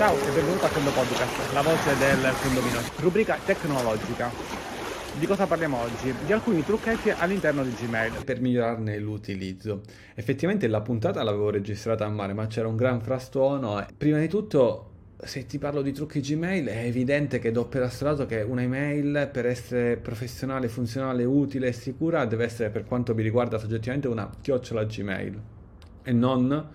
Ciao e benvenuto a Fondo Podcast, la voce del condominio. Rubrica tecnologica. Di cosa parliamo oggi? Di alcuni trucchetti all'interno di Gmail per migliorarne l'utilizzo. Effettivamente la puntata l'avevo registrata a mare, ma c'era un gran frastuono. Prima di tutto, se ti parlo di trucchi Gmail, è evidente che do per assolato che una email, per essere professionale, funzionale, utile e sicura, deve essere, per quanto mi riguarda soggettivamente, una chiocciola Gmail e non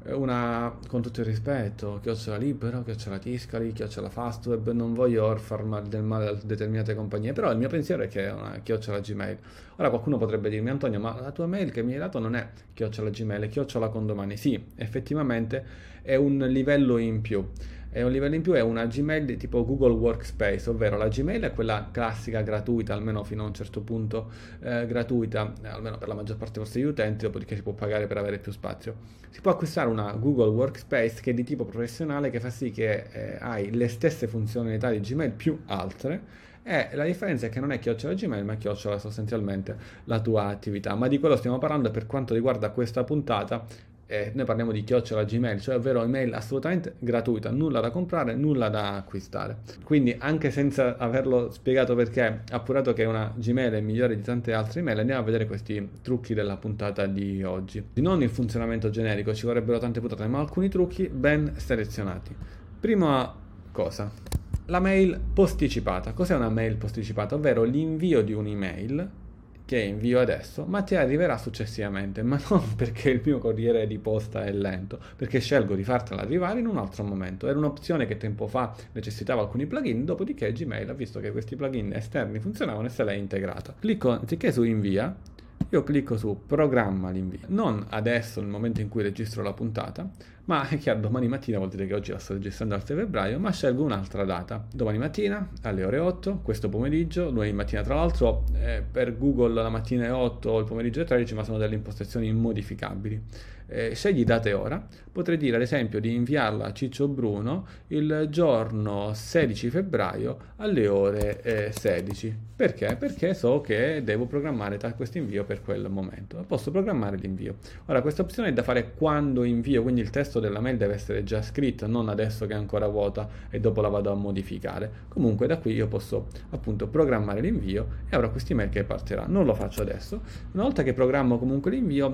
una, con tutto il rispetto, chiocciola Libero, chiocciola Tiscali, chiocciola Fastweb. Non voglio far del male a determinate compagnie, però il mio pensiero è che è una chiocciola Gmail. Ora qualcuno potrebbe dirmi: Antonio, ma la tua mail che mi hai dato non è chiocciola Gmail, è chiocciola Condomani. Sì, effettivamente è un livello in più. È un livello in più, è una Gmail di tipo Google Workspace, ovvero la Gmail è quella classica gratuita, almeno fino a un certo punto gratuita, almeno per la maggior parte dei vostri utenti, dopodiché si può pagare per avere più spazio. Si può acquistare una Google Workspace che è di tipo professionale, che fa sì che hai le stesse funzionalità di Gmail più altre, e la differenza è che non è chiocciola Gmail, ma chiocciola sostanzialmente la tua attività. Ma di quello stiamo parlando per quanto riguarda questa puntata. Noi parliamo di chiocciola Gmail, cioè ovvero email assolutamente gratuita, nulla da comprare, nulla da acquistare. Quindi anche senza averlo spiegato perché, appurato che una Gmail è migliore di tante altre email, andiamo a vedere questi trucchi della puntata di oggi. Non il funzionamento generico, ci vorrebbero tante puntate, ma alcuni trucchi ben selezionati. Prima cosa, la mail posticipata. Cos'è una mail posticipata? Ovvero l'invio di un'email che invio adesso, ma ti arriverà successivamente, ma non perché il mio corriere di posta è lento, perché scelgo di fartela arrivare in un altro momento. Era un'opzione che tempo fa necessitava alcuni plugin, dopodiché Gmail ha visto che questi plugin esterni funzionavano e se l'è integrata. Clicco anziché su invia, io clicco su programma l'invio. Non adesso, nel momento in cui registro la puntata, ma è chiaro, domani mattina, vuol dire che oggi la sto registrando al 6 febbraio, ma scelgo un'altra data. Domani mattina alle ore 8, questo pomeriggio, lunedì mattina tra l'altro, per Google la mattina è 8, il pomeriggio è 13, ma sono delle impostazioni immodificabili. Scegli data e ora. Potrei dire ad esempio di inviarla a Ciccio Bruno il giorno 16 febbraio alle ore 16. Perché? Perché so che devo programmare questo invio per quel momento. Posso programmare l'invio. Ora, questa opzione è da fare quando invio, quindi il testo della mail deve essere già scritto, non adesso che è ancora vuota e dopo la vado a modificare. Comunque da qui io posso appunto programmare l'invio e avrò questa email che partirà. Non lo faccio adesso. Una volta che programmo comunque l'invio,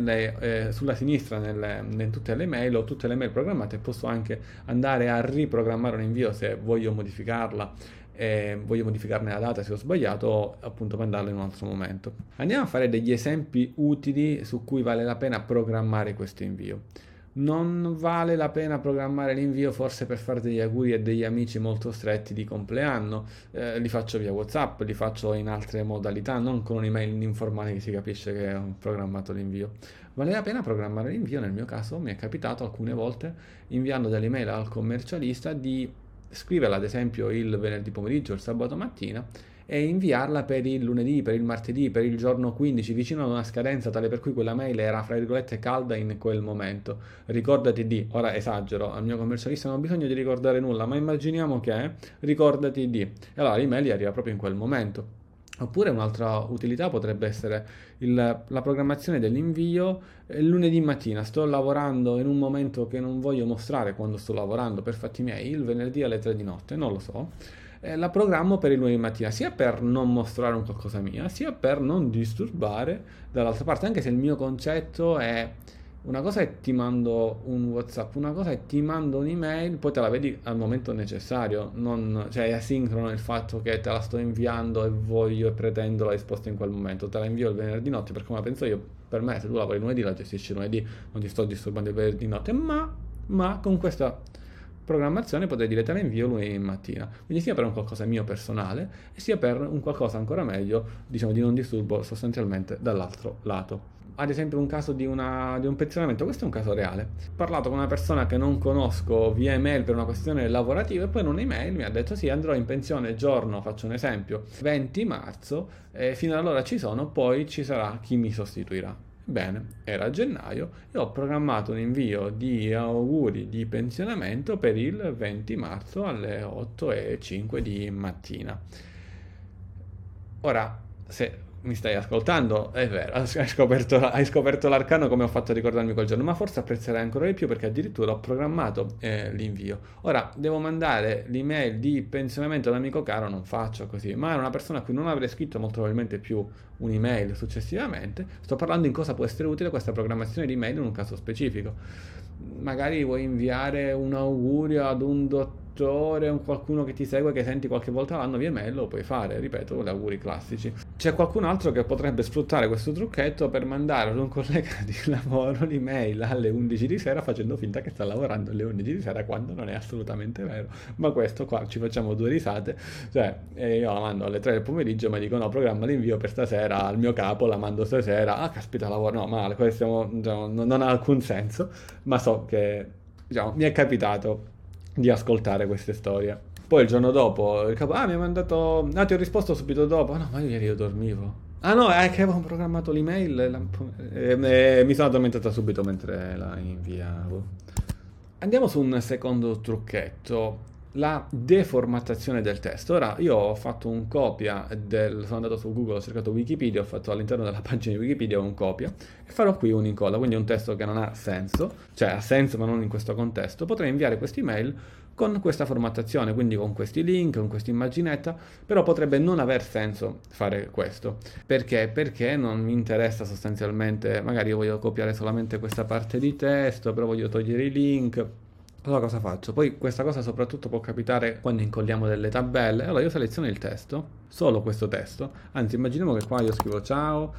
sulla sinistra in tutte le mail o tutte le mail programmate, posso anche andare a riprogrammare un invio se voglio modificarla e voglio modificarne la data se ho sbagliato, o appunto mandarla in un altro momento. Andiamo a fare degli esempi utili su cui vale la pena programmare questo invio. Non vale la pena programmare l'invio forse per fare degli auguri a degli amici molto stretti di compleanno, li faccio via WhatsApp, li faccio in altre modalità, non con un'email informale che si capisce che ho programmato l'invio. Vale la pena programmare l'invio, nel mio caso mi è capitato alcune volte, inviando delle mail al commercialista, di scriverla ad esempio il venerdì pomeriggio, il sabato mattina, e inviarla per il lunedì, per il martedì, per il giorno 15, vicino ad una scadenza tale per cui quella mail era fra virgolette calda in quel momento. Ricordati di, ora esagero, al mio commercialista non ho bisogno di ricordare nulla, ma immaginiamo che ricordati di, e allora l'email gli arriva proprio in quel momento. Oppure un'altra utilità potrebbe essere la programmazione dell'invio lunedì mattina. Sto lavorando in un momento che non voglio mostrare quando sto lavorando per fatti miei, il venerdì alle 3 di notte, non lo so. La programmo per il lunedì mattina, sia per non mostrare un qualcosa mia, sia per non disturbare dall'altra parte, anche se il mio concetto è: una cosa è ti mando un WhatsApp, una cosa è ti mando un'email, poi te la vedi al momento necessario, cioè è asincrono il fatto che te la sto inviando e voglio e pretendo la risposta in quel momento. Te la invio il venerdì notte, per come la penso io, per me se tu lavori lunedì la gestisci lunedì, non ti sto disturbando il venerdì notte, ma con questa programmazione potrei dire te la invio lunedì mattina, quindi sia per un qualcosa mio personale e sia per un qualcosa ancora meglio, diciamo di non disturbo sostanzialmente dall'altro lato. Ad esempio un caso di un pensionamento, questo è un caso reale. Ho parlato con una persona che non conosco via email per una questione lavorativa e poi in un'email mi ha detto: sì, andrò in pensione giorno, faccio un esempio, 20 marzo, fino ad allora ci sono, poi ci sarà chi mi sostituirà. Bene, era gennaio e ho programmato un invio di auguri di pensionamento per il 20 marzo alle 8:05 di mattina. Ora, se mi stai ascoltando? È vero, hai scoperto l'arcano come ho fatto a ricordarmi quel giorno, ma forse apprezzerai ancora di più perché addirittura ho programmato l'invio. Ora, devo mandare l'email di pensionamento ad un amico caro, non faccio così, ma è una persona a cui non avrei scritto molto probabilmente più un'email successivamente. Sto parlando in cosa può essere utile questa programmazione di email in un caso specifico. Magari vuoi inviare un augurio ad un dottore, un qualcuno che ti segue, che senti qualche volta l'anno via mail, lo puoi fare, ripeto, gli auguri classici. C'è qualcun altro che potrebbe sfruttare questo trucchetto per mandare ad un collega di lavoro l'email alle 11 di sera facendo finta che sta lavorando alle 11 di sera quando non è assolutamente vero. Ma questo qua ci facciamo due risate, cioè io la mando alle 3 del pomeriggio, mi dico no, programma l'invio per stasera al mio capo, la mando stasera, ah caspita lavoro, no male, questo diciamo, non ha alcun senso, ma so che diciamo, mi è capitato di ascoltare queste storie. Poi il giorno dopo il capo, mi ha mandato, ti ho risposto subito dopo, no ma io dormivo. Ah no, è che avevo programmato l'email mi sono addormentata subito mentre la inviavo. Andiamo su un secondo trucchetto, la deformattazione del testo. Ora io ho fatto un copia sono andato su Google, ho cercato Wikipedia, ho fatto all'interno della pagina di Wikipedia un copia e farò qui un incolla, quindi un testo che non ha senso, cioè ha senso ma non in questo contesto. Potrei inviare questa email con questa formattazione, quindi con questi link, con questa immaginetta, però potrebbe non aver senso fare questo. Perché? Perché non mi interessa sostanzialmente, magari io voglio copiare solamente questa parte di testo, però voglio togliere i link. Allora cosa faccio? Poi questa cosa soprattutto può capitare quando incolliamo delle tabelle. Allora io seleziono il testo, solo questo testo, anzi immaginiamo che qua io scrivo ciao,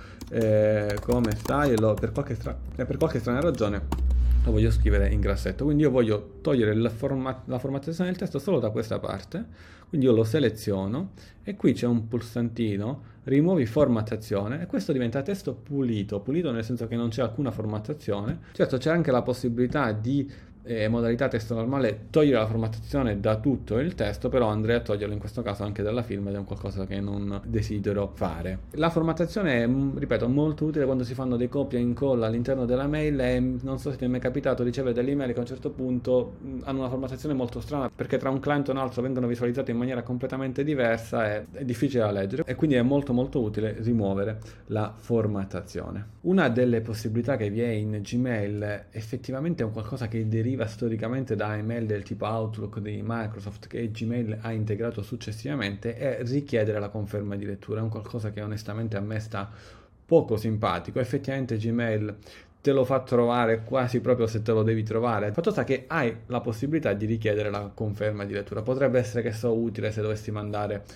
come stai, e per qualche strana ragione lo voglio scrivere in grassetto, quindi io voglio togliere la formattazione del testo solo da questa parte, quindi io lo seleziono e qui c'è un pulsantino, rimuovi formattazione e questo diventa testo pulito nel senso che non c'è alcuna formattazione. Certo c'è anche la possibilità di modalità testo normale togliere la formattazione da tutto il testo, però andrei a toglierlo in questo caso anche dalla firma ed è un qualcosa che non desidero fare. La formattazione è, ripeto, molto utile quando si fanno dei copia e incolla all'interno della mail e non so se ti è mai capitato ricevere delle email che a un certo punto hanno una formattazione molto strana perché tra un client e un altro vengono visualizzate in maniera completamente diversa e è difficile da leggere e quindi è molto utile rimuovere la formattazione. Una delle possibilità che vi è in Gmail effettivamente è un qualcosa che deriva storicamente da email del tipo Outlook di Microsoft che Gmail ha integrato successivamente è richiedere la conferma di lettura. È un qualcosa che onestamente a me sta poco simpatico. Effettivamente Gmail te lo fa trovare quasi proprio se te lo devi trovare. Il fatto sta che hai la possibilità di richiedere la conferma di lettura. Potrebbe essere che sia utile se dovessi mandare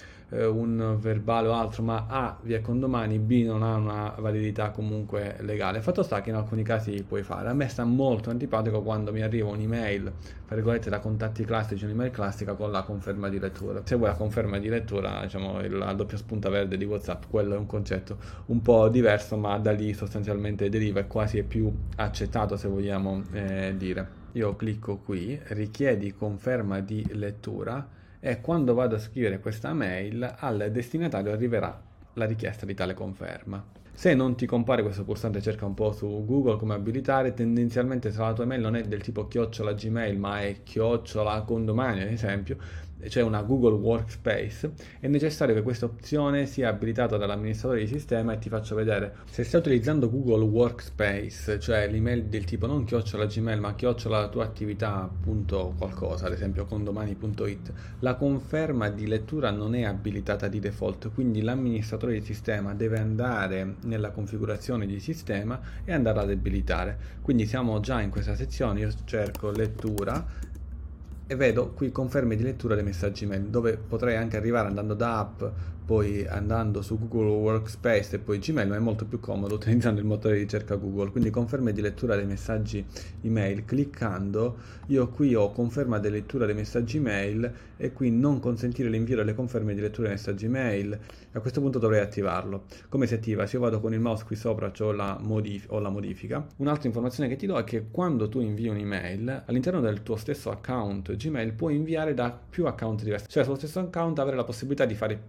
un verbale o altro, ma A vi è condomani, B non ha una validità comunque legale. Il fatto sta che in alcuni casi puoi fare. A me sta molto antipatico quando mi arriva un'email, tra virgolette da contatti classici, un'email classica con la conferma di lettura. Se vuoi la conferma di lettura, diciamo la doppia spunta verde di WhatsApp, quello è un concetto un po' diverso, ma da lì sostanzialmente deriva e quasi è più accettato, se vogliamo dire. Io clicco qui, richiedi conferma di lettura e quando vado a scrivere questa mail al destinatario arriverà la richiesta di tale conferma. Se non ti compare questo pulsante, cerca un po' su Google come abilitare. Tendenzialmente se la tua mail non è del tipo @Gmail ma è @condomani ad esempio, c'è una Google Workspace, è necessario che questa opzione sia abilitata dall'amministratore di sistema e ti faccio vedere. Se stai utilizzando Google Workspace, cioè l'email del tipo non @Gmail ma la tua attività punto qualcosa, ad esempio condomani.it, la conferma di lettura non è abilitata di default, quindi l'amministratore di sistema deve andare nella configurazione di sistema e andare ad abilitare. Quindi siamo già in questa sezione, io cerco lettura e vedo qui conferme di lettura dei messaggi mail, dove potrei anche arrivare andando da app, poi andando su Google Workspace e poi Gmail, ma è molto più comodo utilizzando il motore di ricerca Google. Quindi conferme di lettura dei messaggi email, cliccando io qui ho conferma di lettura dei messaggi mail e qui non consentire l'invio delle conferme di lettura dei messaggi mail. A questo punto dovrei attivarlo. Come si attiva? Se io vado con il mouse qui sopra c'ho la modifica. Un'altra informazione che ti do è che quando tu invii un'email all'interno del tuo stesso account Gmail puoi inviare da più account diversi, cioè sullo stesso account avere la possibilità di fare invii da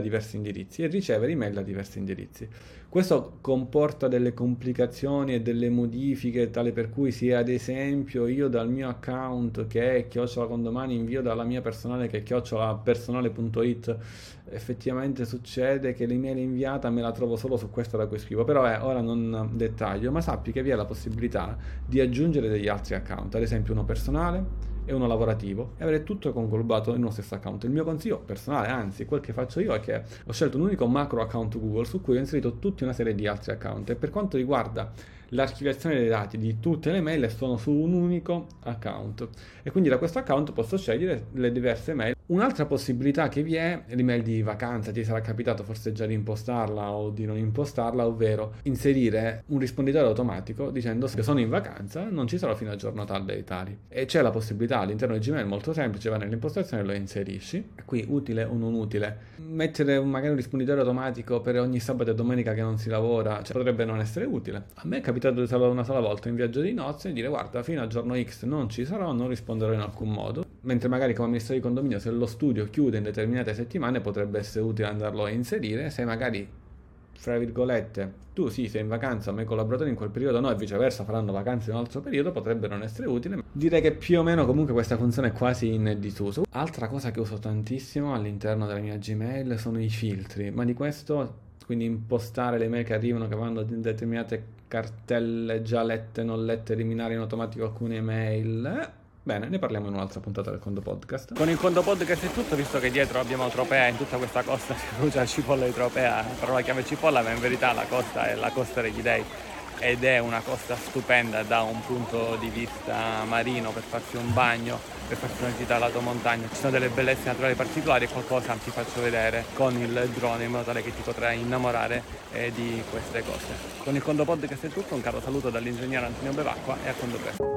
diversi indirizzi e ricevere email da diversi indirizzi. Questo comporta delle complicazioni e delle modifiche, tale per cui se ad esempio io dal mio account che è @condomani invio dalla mia personale che è @personale.it, effettivamente succede che l'email inviata me la trovo solo su questa da cui scrivo, però ora non dettaglio, ma sappi che vi è la possibilità di aggiungere degli altri account, ad esempio uno personale e uno lavorativo, e avere tutto conglobato in uno stesso account. Il mio consiglio personale, anzi quel che faccio io, è che ho scelto un unico macro account Google su cui ho inserito tutta una serie di altri account, e per quanto riguarda l'archiviazione dei dati di tutte le mail sono su un unico account, e quindi da questo account posso scegliere le diverse mail. Un'altra possibilità che vi è l'email di vacanza, ti sarà capitato forse già di impostarla o di non impostarla, ovvero inserire un risponditore automatico dicendo che sono in vacanza, non ci sarò fino al giorno tal dei tali, e c'è la possibilità all'interno di Gmail molto semplice, vai nell'impostazione e lo inserisci. Qui utile o non utile? Mettere magari un risponditore automatico per ogni sabato e domenica che non si lavora, potrebbe non essere utile. A me è capitato di usarlo una sola volta in viaggio di nozze e dire guarda, fino al giorno X non ci sarò, non risponderò in alcun modo, mentre magari come amministratore di condominio, se lo studio chiude in determinate settimane, potrebbe essere utile andarlo a inserire. Se magari, fra virgolette, tu sì sei in vacanza ma i collaboratori in quel periodo no, e viceversa faranno vacanze in un altro periodo, potrebbe non essere utile. Direi che più o meno comunque questa funzione è quasi in disuso. Altra cosa che uso tantissimo all'interno della mia Gmail sono i filtri, ma di questo, quindi impostare le mail che arrivano, che vanno in determinate cartelle già lette, non lette, eliminare in automatico alcune mail. Bene, ne parliamo in un'altra puntata del Condo Podcast. Con il Condo Podcast è tutto, visto che dietro abbiamo Tropea, in tutta questa costa si produce cipolla di Tropea, parola chiave cipolla, ma in verità la costa è la costa degli dei, ed è una costa stupenda da un punto di vista marino, per farsi un bagno, per farsi una gita all'alto montagna. Ci sono delle bellezze naturali particolari e qualcosa ti faccio vedere con il drone, in modo tale che ti potrai innamorare di queste cose. Con il Condo Podcast è tutto, un caro saluto dall'ingegnere Antonio Bevacqua e a Condo presto.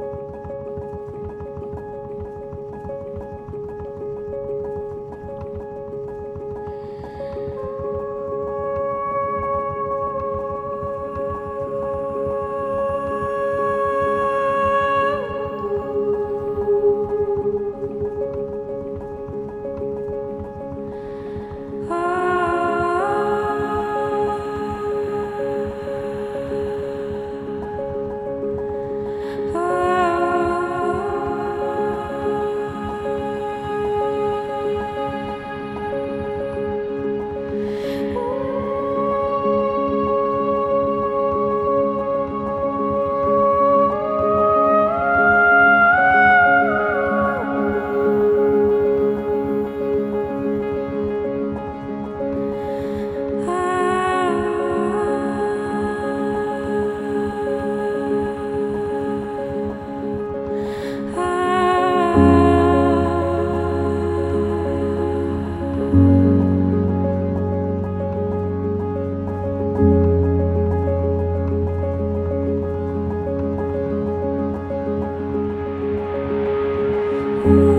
you.